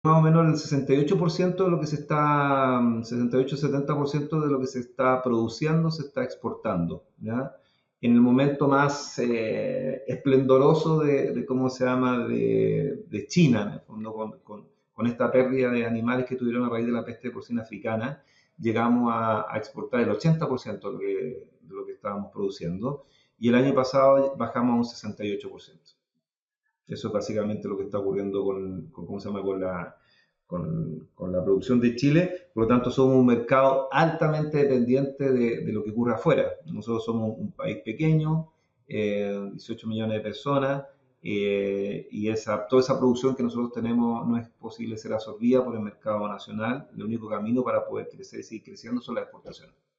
más o menos el 68% de lo que se está, 68-70% de lo que se está produciendo se está exportando, ¿ya? En el momento más esplendoroso de cómo se llama, de China, en el fondo, con esta pérdida de animales que tuvieron a raíz de la peste porcina africana, llegamos a exportar el 80% de lo que estábamos produciendo y el año pasado bajamos a un 68%. Eso es básicamente lo que está ocurriendo ¿cómo se llama? Con la producción de Chile. Por lo tanto, somos un mercado altamente dependiente de lo que ocurre afuera. Nosotros somos un país pequeño, 18 millones de personas, y toda esa producción que nosotros tenemos no es posible ser absorbida por el mercado nacional. El único camino para poder crecer y seguir creciendo son las exportaciones.